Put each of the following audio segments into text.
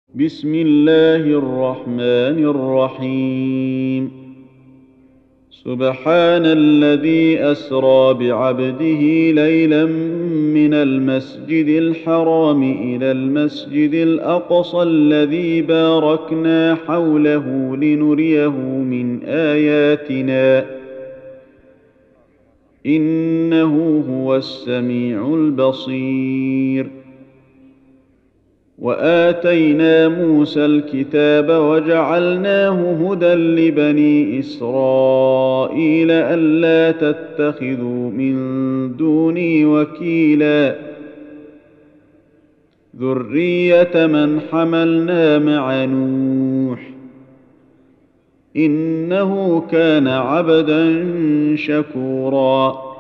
بسم الله الرحمن الرحيم. سبحان الذي أسرى بعبده ليلا من المسجد الحرام إلى المسجد الأقصى الذي باركنا حوله لنريه من آياتنا إنه هو السميع البصير. وآتينا موسى الكتاب وجعلناه هدى لبني إسرائيل ألا تتخذوا من دوني وكيلا ذرية من حملنا مع نوح إنه كان عبدا شكورا.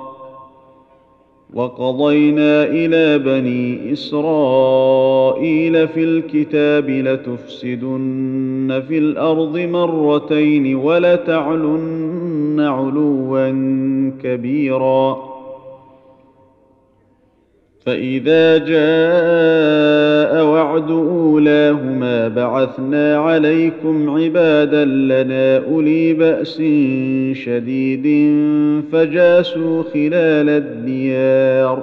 وقضينا إلى بني إسرائيل في الكتاب لتفسدن في الأرض مرتين ولتعلن علوا كبيرا. فإذا جاء وعد أولاهما بعثنا عليكم عبادا لنا أولي بأس شديد فجاسوا خلال الديار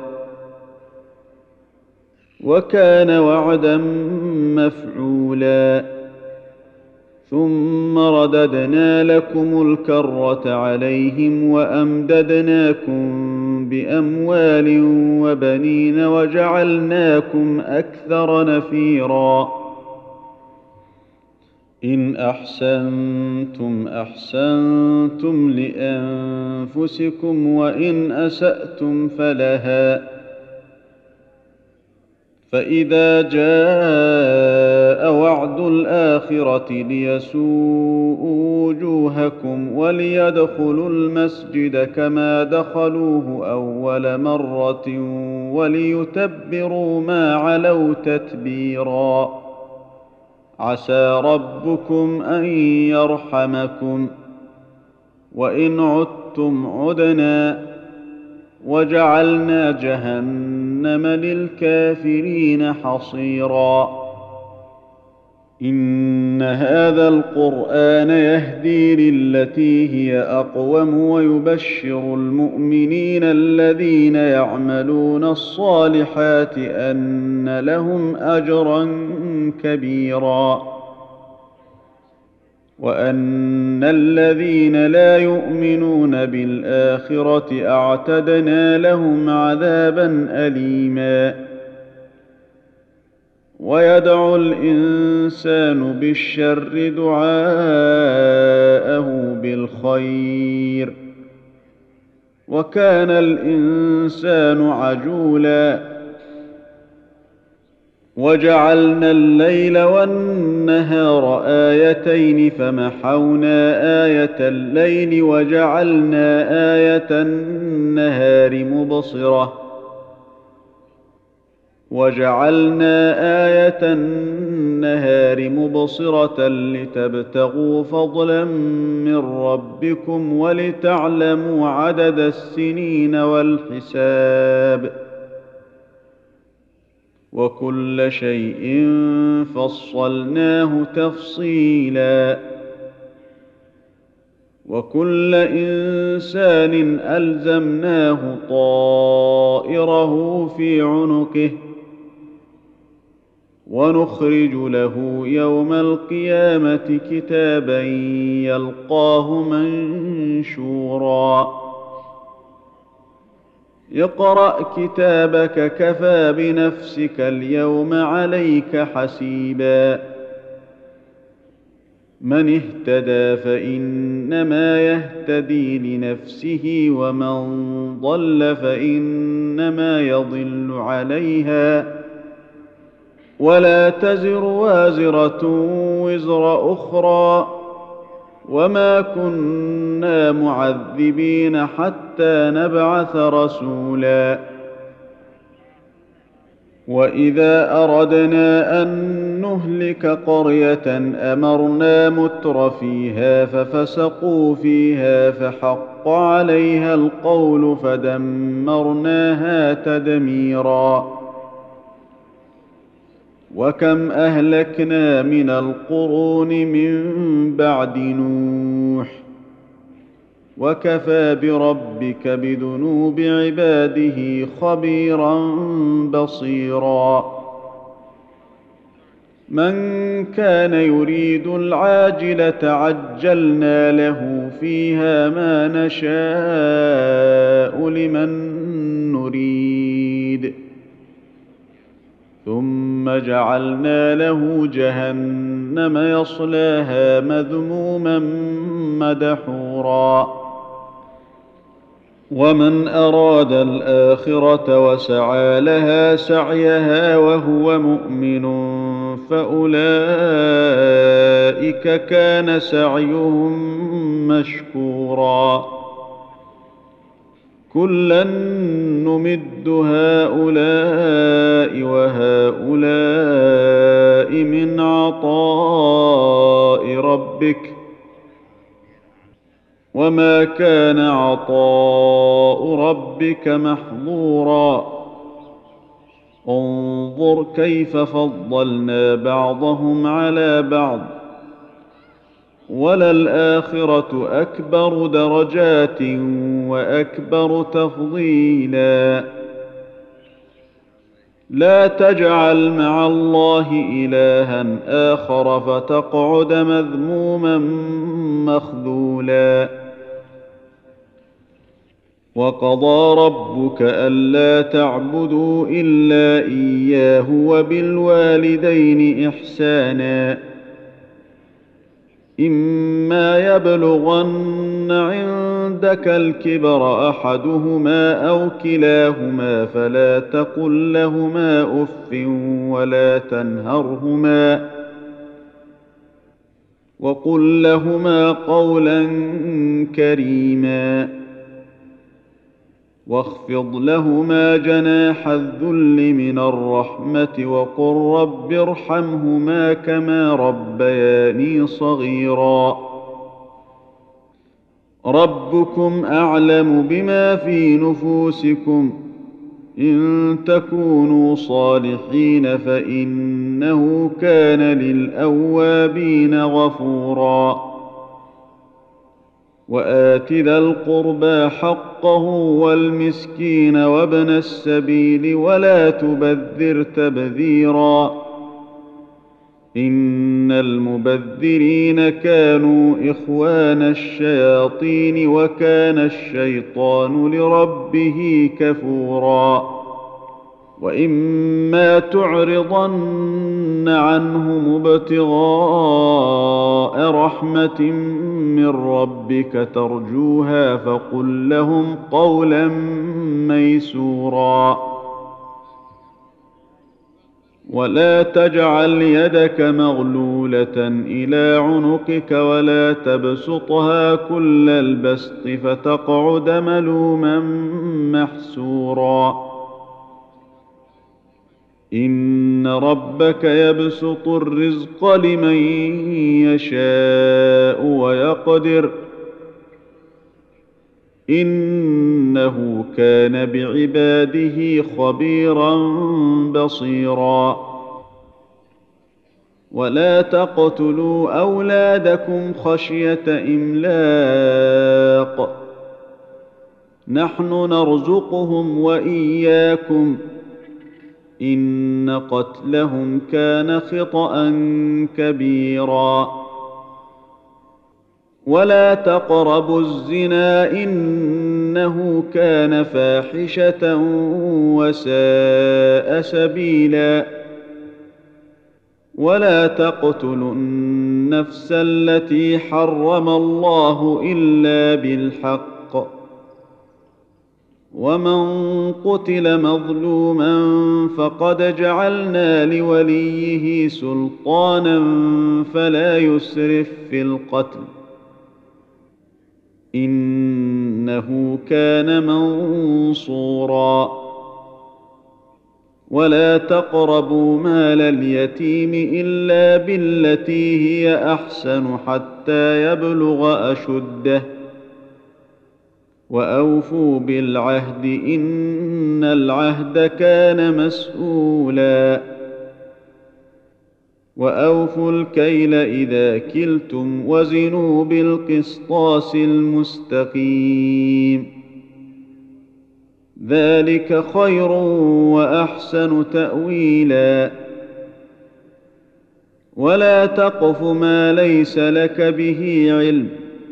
وكان وعدا مفعولا. ثم رددنا لكم الكرة عليهم وأمددناكم بأموال وبنين وجعلناكم أكثر نفيرا. إن أحسنتم أحسنتم لأنفسكم وإن أسأتم فلها. فإذا جاء وعد الآخرة ليسوءوا وجوهكم وليدخلوا المسجد كما دخلوه أول مرة وليتبروا ما علوا تتبيرا. عسى ربكم أن يرحمكم وإن عدتم عدنا وجعلنا جهنم للكافرين حصيرا. إن هذا القرآن يهدي للتي هي أقوم ويبشر المؤمنين الذين يعملون الصالحات أن لهم أجرا كبيرا وأن الذين لا يؤمنون بالآخرة أعتدنا لهم عذابا أليما. ويدعو الإنسان بالشر دعاءه بالخير وكان الإنسان عجولا. وجعلنا الليل والنهار آيتين فمحونا آية الليل وجعلنا آية النهار مبصرة لتبتغوا فضلا من ربكم ولتعلموا عدد السنين والحساب وكل شيء فصلناه تفصيلا. وكل إنسان ألزمناه طائره في عنقه ونخرج له يوم القيامة كتابا يلقاه منشورا. اقرأ كتابك كفى بنفسك اليوم عليك حسيبا. من اهتدى فإنما يهتدي لنفسه ومن ضل فإنما يضل عليها ولا تزر وازرة وزر أخرى وما كنا معذبين حتى نبعث رسولا. وإذا أردنا أن نهلك قرية أمرنا متر فيها ففسقوا فيها فحق عليها القول فدمرناها تدميرا. وكم أهلكنا من القرون من بعد نوح وكفى بربك بذنوب عباده خبيرا بصيرا من كان يريد العاجلة عجلنا له فيها ما نشاء لمن نريد ثم جعلنا له جهنم يصلاها مذموما مدحورا ومن أراد الآخرة وسعى لها سعيها وهو مؤمن فأولئك كان سعيهم مشكورا كلا نمد هؤلاء وهؤلاء من عطاء ربك وما كان عطاء ربك محظورا انظر كيف فضلنا بعضهم على بعض وللآخرة أكبر درجات وأكبر تفضيلا لا تجعل مع الله إلها آخر فتقعد مذموما مخذولا وقضى ربك ألا تعبدوا إلا إياه وبالوالدين إحسانا إما يبلغن عندك الكبر أحدهما أو كلاهما فلا تقل لهما أف ولا تنهرهما وقل لهما قولا كريما واخفض لهما جناح الذل من الرحمة وقل رب ارحمهما كما ربياني صغيرا ربكم أعلم بما في نفوسكم إن تكونوا صالحين فإنه كان للأوابين غفورا وآت ذا القربى حقه والمسكين وابن السبيل ولا تبذر تبذيرا إن المبذرين كانوا إخوان الشياطين وكان الشيطان لربه كفورا وإما تعرضن عنهم ابتغاء رحمة من ربك ترجوها فقل لهم قولا ميسورا ولا تجعل يدك مغلولة إلى عنقك ولا تبسطها كل البسط فتقعد ملوما محسورا إن ربك يبسط الرزق لمن يشاء ويقدر إنه كان بعباده خبيرا بصيرا ولا تقتلوا أولادكم خشية إملاق نحن نرزقهم وإياكم إن قتلهم كان خطأ كبيرا ولا تقربوا الزنا إنه كان فاحشة وساء سبيلا ولا تقتلوا النفس التي حرم الله إلا بالحق ومن قتل مظلوما فقد جعلنا لوليه سلطانا فلا يسرف في القتل إنه كان منصورا ولا تقربوا مال اليتيم إلا بالتي هي أحسن حتى يبلغ أشده وأوفوا بالعهد إن العهد كان مسؤولا وأوفوا الكيل إذا كلتم وزنوا بالقسطاس المستقيم ذلك خير وأحسن تأويلا ولا تقف ما ليس لك به علم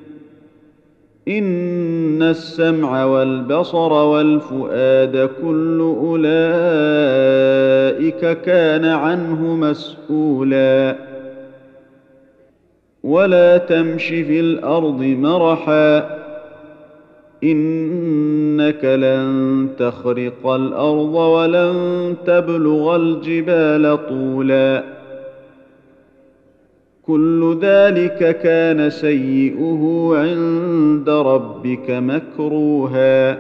إن السمع والبصر والفؤاد كل أولئك كان عنه مسؤولا ولا تمش في الأرض مرحا إنك لن تخرق الأرض ولن تبلغ الجبال طولا كل ذلك كان سيئه عند ربك مكروها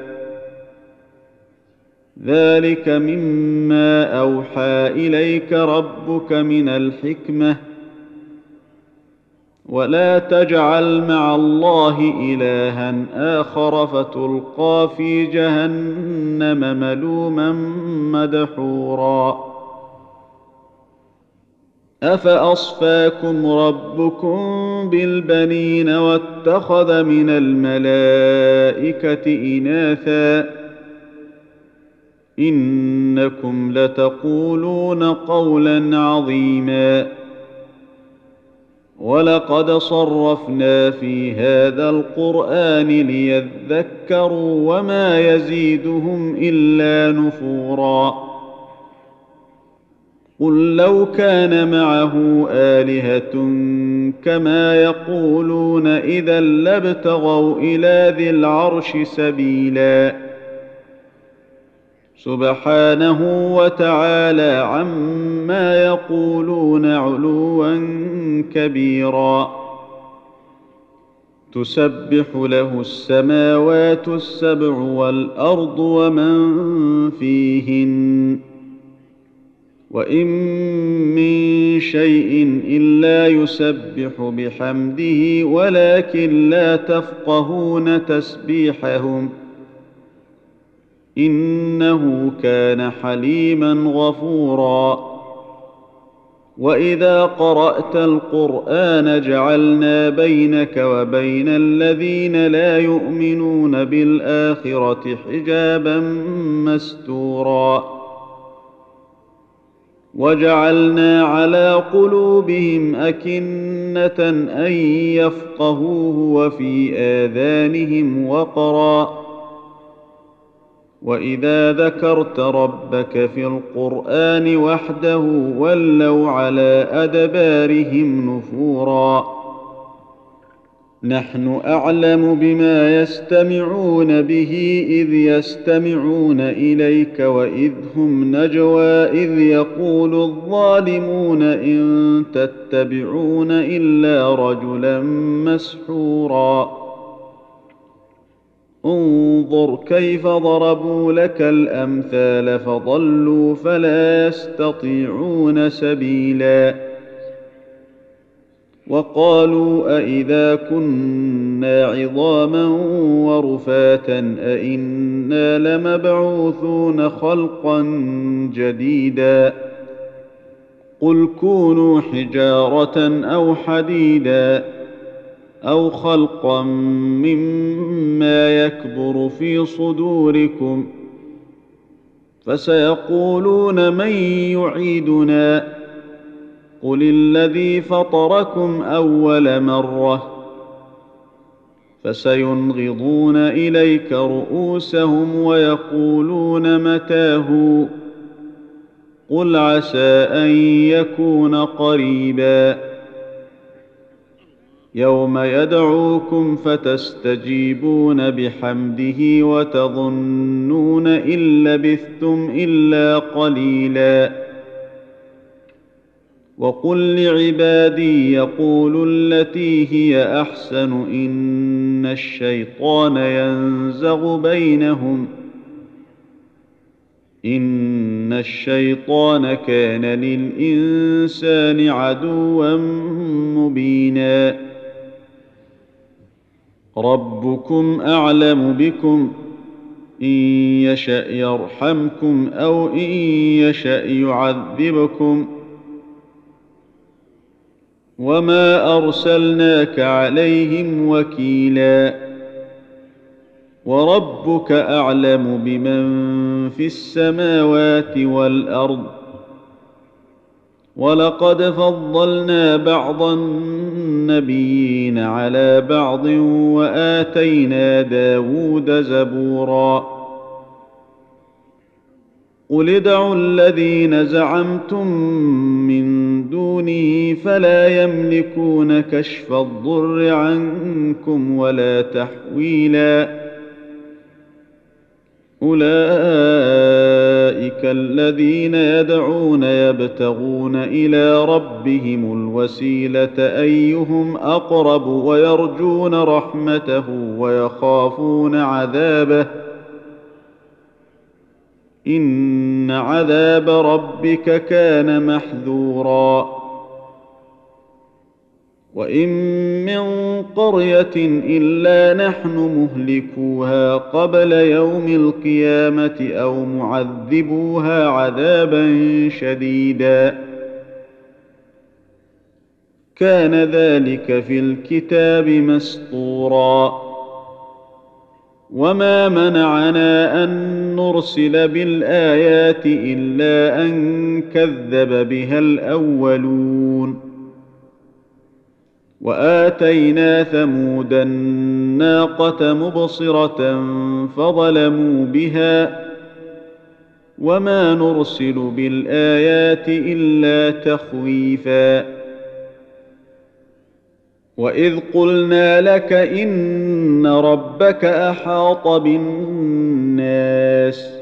ذلك مما أوحى إليك ربك من الحكمة ولا تجعل مع الله إلها آخر فتلقى في جهنم ملوما مدحورا أفأصفاكم ربكم بالبنين واتخذ من الملائكة إناثا إنكم لتقولون قولا عظيما ولقد صرفنا في هذا القرآن ليذكروا وما يزيدهم إلا نفورا قل لو كان معه آلهة كما يقولون إذا لابتغوا إلى ذي العرش سبيلا سبحانه وتعالى عما يقولون علوا كبيرا تسبح له السماوات السبع والأرض ومن فيهن وإن من شيء إلا يسبح بحمده ولكن لا تفقهون تسبيحهم إنه كان حليما غفورا وإذا قرأت القرآن جعلنا بينك وبين الذين لا يؤمنون بالآخرة حجابا مستورا وجعلنا على قلوبهم أكنة أن يفقهوه وفي آذانهم وقرا وإذا ذكرت ربك في القرآن وحده ولوا على أدبارهم نفورا نحن أعلم بما يستمعون به إذ يستمعون إليك وإذ هم نجوى إذ يقول الظالمون إن تتبعون إلا رجلا مسحورا انظر كيف ضربوا لك الأمثال فضلوا فلا يستطيعون سبيلا وقالوا أئذا كنا عظاما ورفاتا أئنا لمبعوثون خلقا جديدا قل كونوا حجارة أو حديدا أو خلقا مما يكبر في صدوركم فسيقولون من يعيدنا قل الذي فطركم أول مرة فسينغضون إليك رؤوسهم ويقولون متاه قل عسى أن يكون قريبا يوم يدعوكم فتستجيبون بحمده وتظنون إن لبثتم إلا قليلا وقل لعبادي يقولوا التي هي أحسن إن الشيطان ينزغ بينهم إن الشيطان كان للإنسان عدوا مبينا ربكم أعلم بكم إن يشأ يرحمكم أو إن يشأ يعذبكم وما أرسلناك عليهم وكيلا وربك أعلم بمن في السماوات والأرض ولقد فضلنا بعض النبيين على بعض وآتينا داود زبورا قل ادعوا الذين زعمتم من دونه فلا يملكون كشف الضر عنكم ولا تحويلا أولئك الذين يدعون يبتغون إلى ربهم الوسيلة أيهم أقرب ويرجون رحمته ويخافون عذابه إن عذاب ربك كان محذورا وإن من قرية إلا نحن مهلكوها قبل يوم القيامة أو معذبوها عذابا شديدا كان ذلك في الكتاب مسطورا وما منعنا أن نرسل بالآيات إلا أن كذب بها الأولون وآتينا ثمود الناقة مبصرة فظلموا بها وما نرسل بالآيات إلا تخويفا وإذ قلنا لك إن ربك أحاط بالناس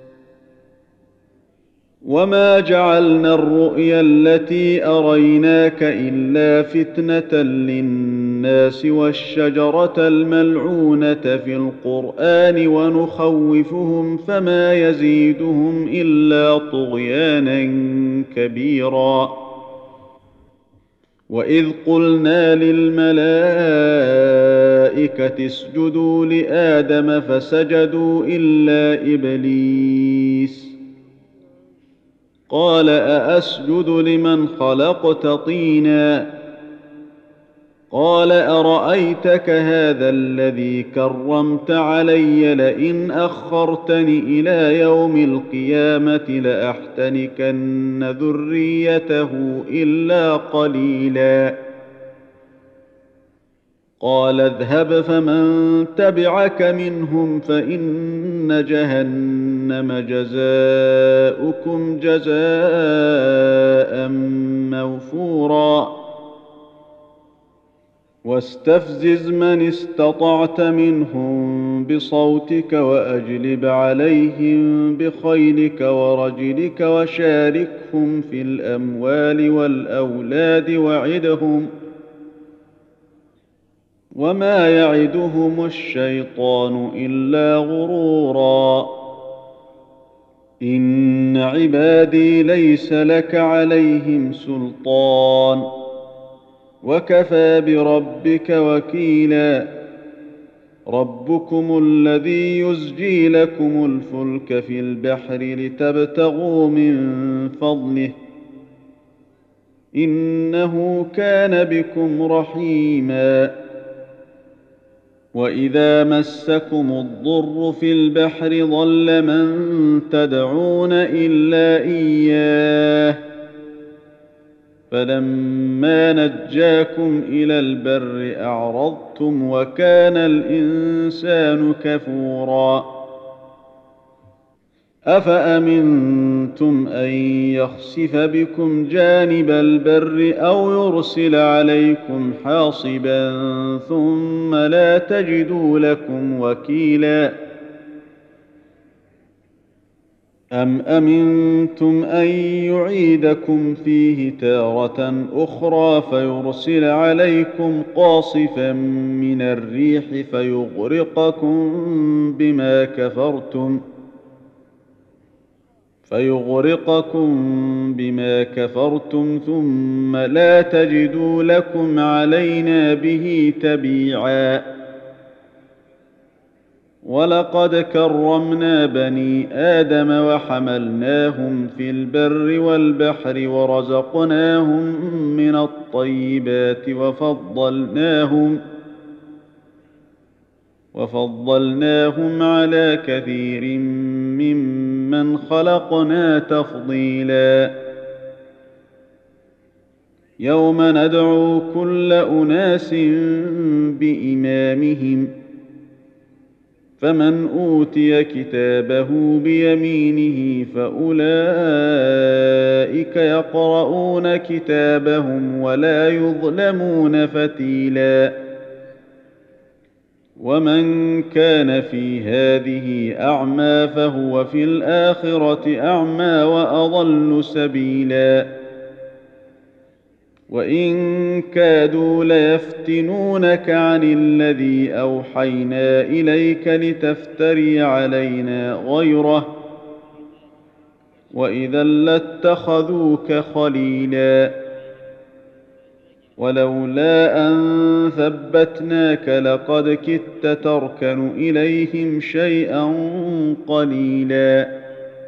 وما جعلنا الرؤيا التي أريناك إلا فتنة للناس والشجرة الملعونة في القرآن ونخوفهم فما يزيدهم إلا طغيانا كبيرا وإذ قلنا للملائكة اسجدوا لآدم فسجدوا إلا إبليس قال أأسجد لمن خلقت طينا قال أرأيتك هذا الذي كرمت علي لئن أخرتني إلى يوم القيامة لأحتنكن ذريته إلا قليلا قال اذهب فمن تبعك منهم فإن جهنم جزاؤكم جزاء موفورا واستفزز من استطعت منهم بصوتك وأجلب عليهم بخيلك ورجلك وشاركهم في الأموال والأولاد وعدهم وما يعدهم الشيطان إلا غرورا إن عبادي ليس لك عليهم سلطان وكفى بربك وكيلا ربكم الذي يزجي لكم الفلك في البحر لتبتغوا من فضله إنه كان بكم رحيما وإذا مسكم الضر في البحر ضل من تدعون إلا إياه فلما نجاكم إلى البر أعرضتم وكان الإنسان كفورا أفأمنتم أن يخسف بكم جانب البر أو يرسل عليكم حاصبا ثم لا تجدوا لكم وكيلا أم أمنتم أن يعيدكم فيه تارة أخرى فيرسل عليكم قاصفا من الريح فيغرقكم بما كفرتم ثم لا تجدوا لكم علينا به تبيعا ولقد كرمنا بني آدم وحملناهم في البر والبحر ورزقناهم من الطيبات وفضلناهم على كثير ممن خلقنا تفضيلا. يوم ندعو كل أناس بإمامهم فمن أوتي كتابه بيمينه فأولئك يقرؤون كتابهم ولا يظلمون فتيلا. ومن كان في هذه أعمى فهو في الآخرة أعمى وأضل سبيلا. وإن كادوا ليفتنونك عن الذي أوحينا إليك لتفتري علينا غيره وإذا لاتخذوك خليلا. ولولا أن ثبتناك لقد كدت تركن إليهم شيئا قليلا.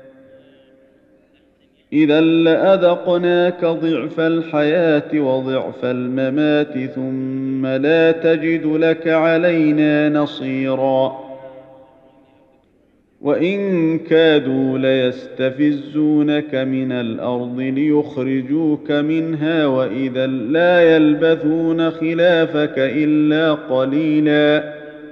إذا لأذقناك ضعف الحياة وضعف الممات ثم لا تجد لك علينا نصيرا. وإن كادوا ليستفزونك من الأرض ليخرجوك منها وإذا لا يلبثون خلافك إلا قليلا.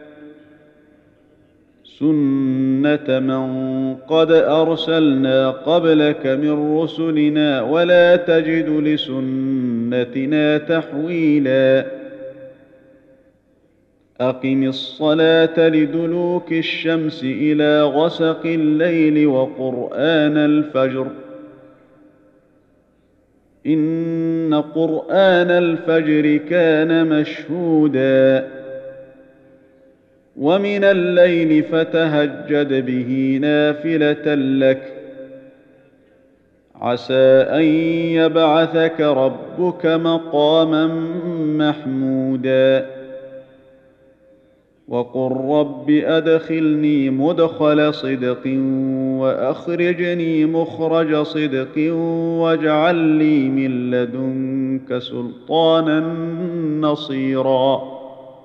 سنة من قد أرسلنا قبلك من رسلنا ولا تجد لسنتنا تحويلا. أقم الصلاة لدلوك الشمس إلى غسق الليل وقرآن الفجر إن قرآن الفجر كان مشهودا. ومن الليل فتهجد به نافلة لك عسى أن يبعثك ربك مقاما محمودا. وقل رب أدخلني مدخل صدق وأخرجني مخرج صدق واجعل لي من لدنك سلطانا نصيرا.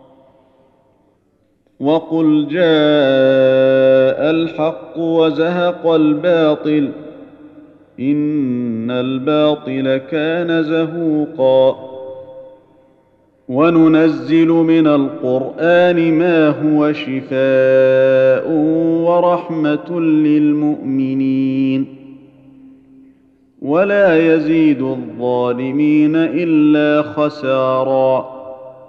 وقل جاء الحق وزهق الباطل إن الباطل كان زهوقا. وننزل من القرآن ما هو شفاء ورحمة للمؤمنين ولا يزيد الظالمين إلا خسارا.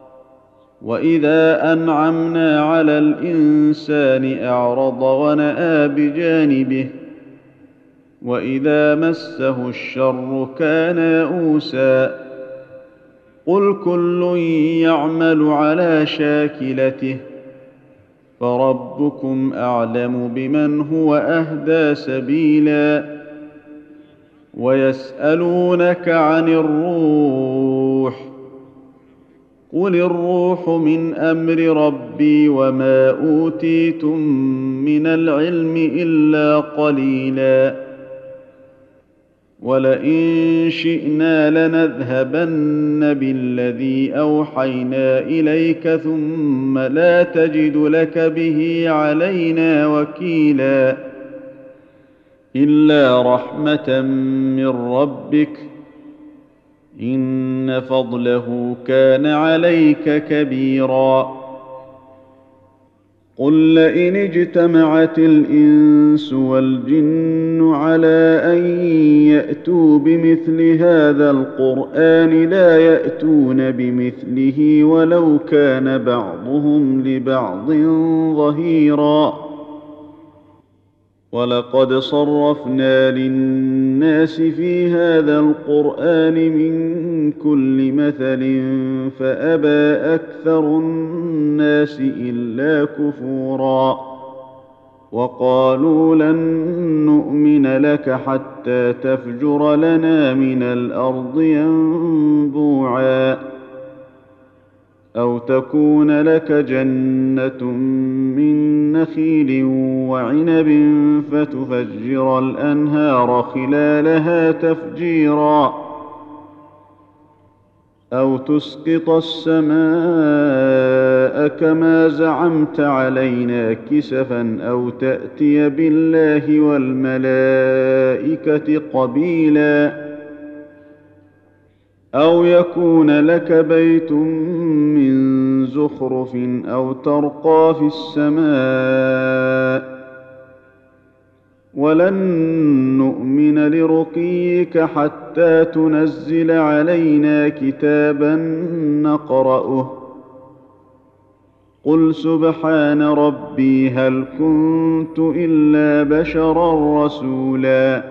وإذا أنعمنا على الإنسان أعرض ونأى بجانبه وإذا مسه الشر كان يئوسا. قل كل يعمل على شاكلته فربكم أعلم بمن هو أهدى سبيلا. ويسألونك عن الروح قل الروح من أمر ربي وما أوتيتم من العلم إلا قليلا. ولئن شئنا لنذهبن بالذي أوحينا إليك ثم لا تجد لك به علينا وكيلا. إلا رحمة من ربك إن فضله كان عليك كبيرا. قل لئن اجتمعت الإنس والجن على أن يأتوا بمثل هذا القرآن لا يأتون بمثله ولو كان بعضهم لبعض ظهيرا. ولقد صرفنا للناس في هذا القرآن من كل مثل فأبى أكثر الناس إلا كفورا. وقالوا لن نؤمن لك حتى تفجر لنا من الأرض ينبوعا أو تكون لك جنة من نخيل وعنب فتفجر الأنهار خلالها تفجيرا أو تسقط السماء كما زعمت علينا كسفا أو تأتي بالله والملائكة قبيلا أو يكون لك بيت من زخرف أو ترقى في السماء ولن نؤمن لرقيك حتى تنزل علينا كتابا نقرأه قل سبحان ربي هل كنت إلا بشرا رسولا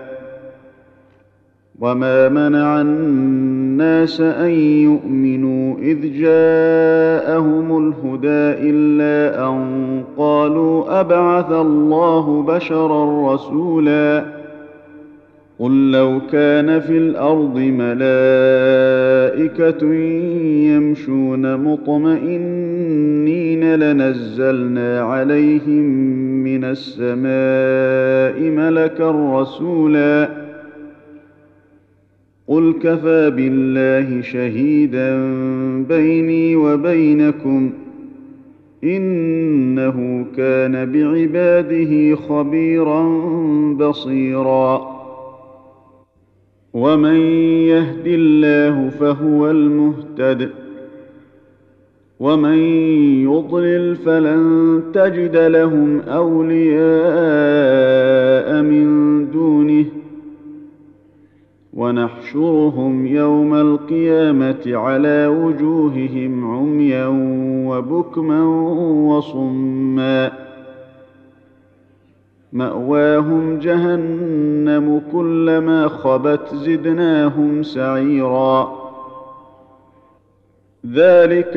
وما منع الناس أن يؤمنوا إذ جاءهم الهدى إلا أن قالوا أبعث الله بشرا رسولا قل لو كان في الأرض ملائكة يمشون مطمئنين لنزلنا عليهم من السماء ملكا رسولا قل كفى بالله شهيدا بيني وبينكم إنه كان بعباده خبيرا بصيرا ومن يهد الله فهو المهتد ومن يضلل فلن تجد لهم أولياء من دونه ونحشرهم يوم القيامة على وجوههم عميا وبكما وصما مأواهم جهنم كلما خبت زدناهم سعيرا ذلك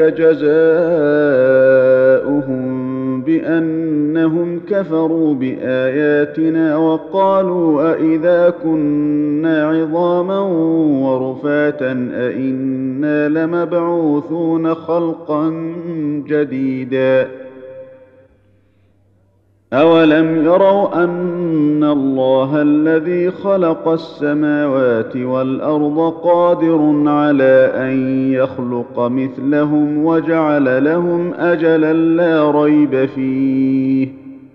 جزاؤهم بأنهم كفروا بآياتنا وقالوا أئذا كنا عظاما ورفاتا أئنا لمبعوثون خلقا جديدا أولم يروا أن الله الذي خلق السماوات والأرض قادر على أن يخلق مثلهم وجعل لهم أجلا لا ريب فيه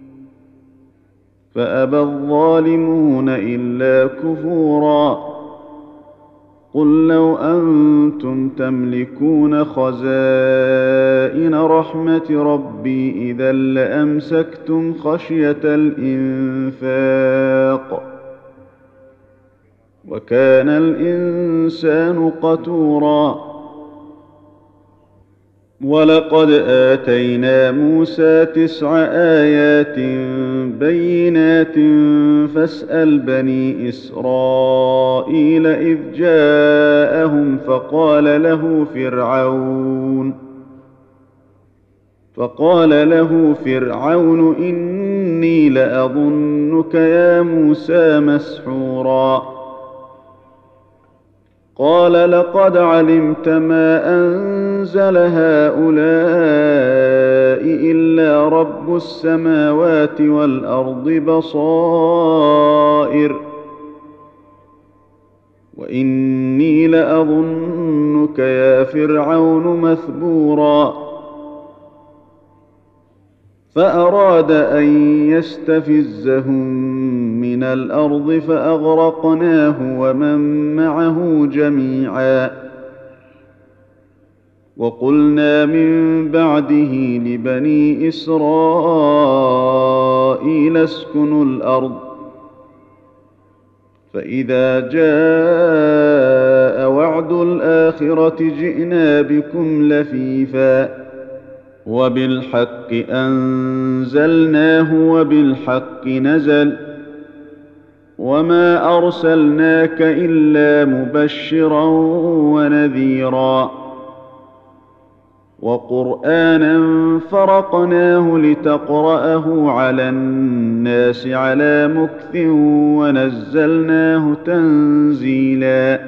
فأبى الظالمون إلا كفورا قل لو أنتم تملكون خزائن رحمة ربي إذا لأمسكتم خشية الإنفاق وكان الإنسان قتورا ولقد آتينا موسى 9 آيات بينات فاسأل بني إسرائيل إذ جاءهم فقال له فرعون إني لأظنك يا موسى مسحورا قال لقد علمت ما أنزل هؤلاء إلا رب السماوات والأرض بصائر وإني لأظنك يا فرعون مثبورا فأراد أن يستفزهم من الأرض فأغرقناه ومن معه جميعا وقلنا من بعده لبني إسرائيل اسكنوا الأرض فإذا جاء وعد الآخرة جئنا بكم لفيفا وبالحق أنزلناه وبالحق نزل وما أرسلناك إلا مبشرا ونذيرا وقرآنا فرقناه لتقرأه على الناس على مكث ونزلناه تنزيلا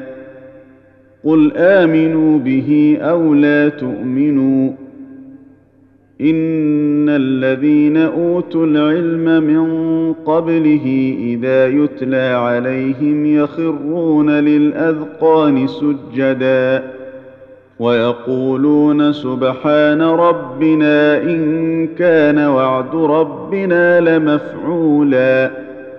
قل آمنوا به أو لا تؤمنوا إن الذين أوتوا العلم من قبله إذا يتلى عليهم يخرون للأذقان سجدا ويقولون سبحان ربنا إن كان وعد ربنا لمفعولا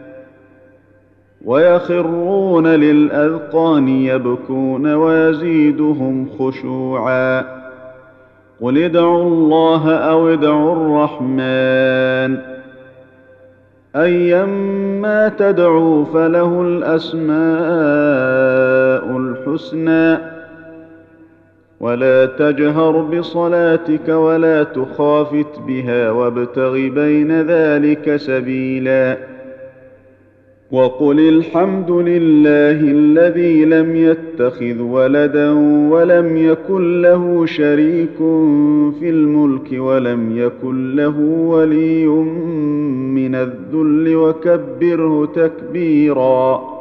ويخرون للأذقان يبكون ويزيدهم خشوعا قل ادعوا الله أو ادعوا الرحمن أيما تدعوا فله الأسماء الحسنى ولا تجهر بصلاتك ولا تخافت بها وابتغ بين ذلك سبيلا وقل الحمد لله الذي لم يتخذ ولدا ولم يكن له شريك في الملك ولم يكن له ولي من الذل وكبره تكبيرا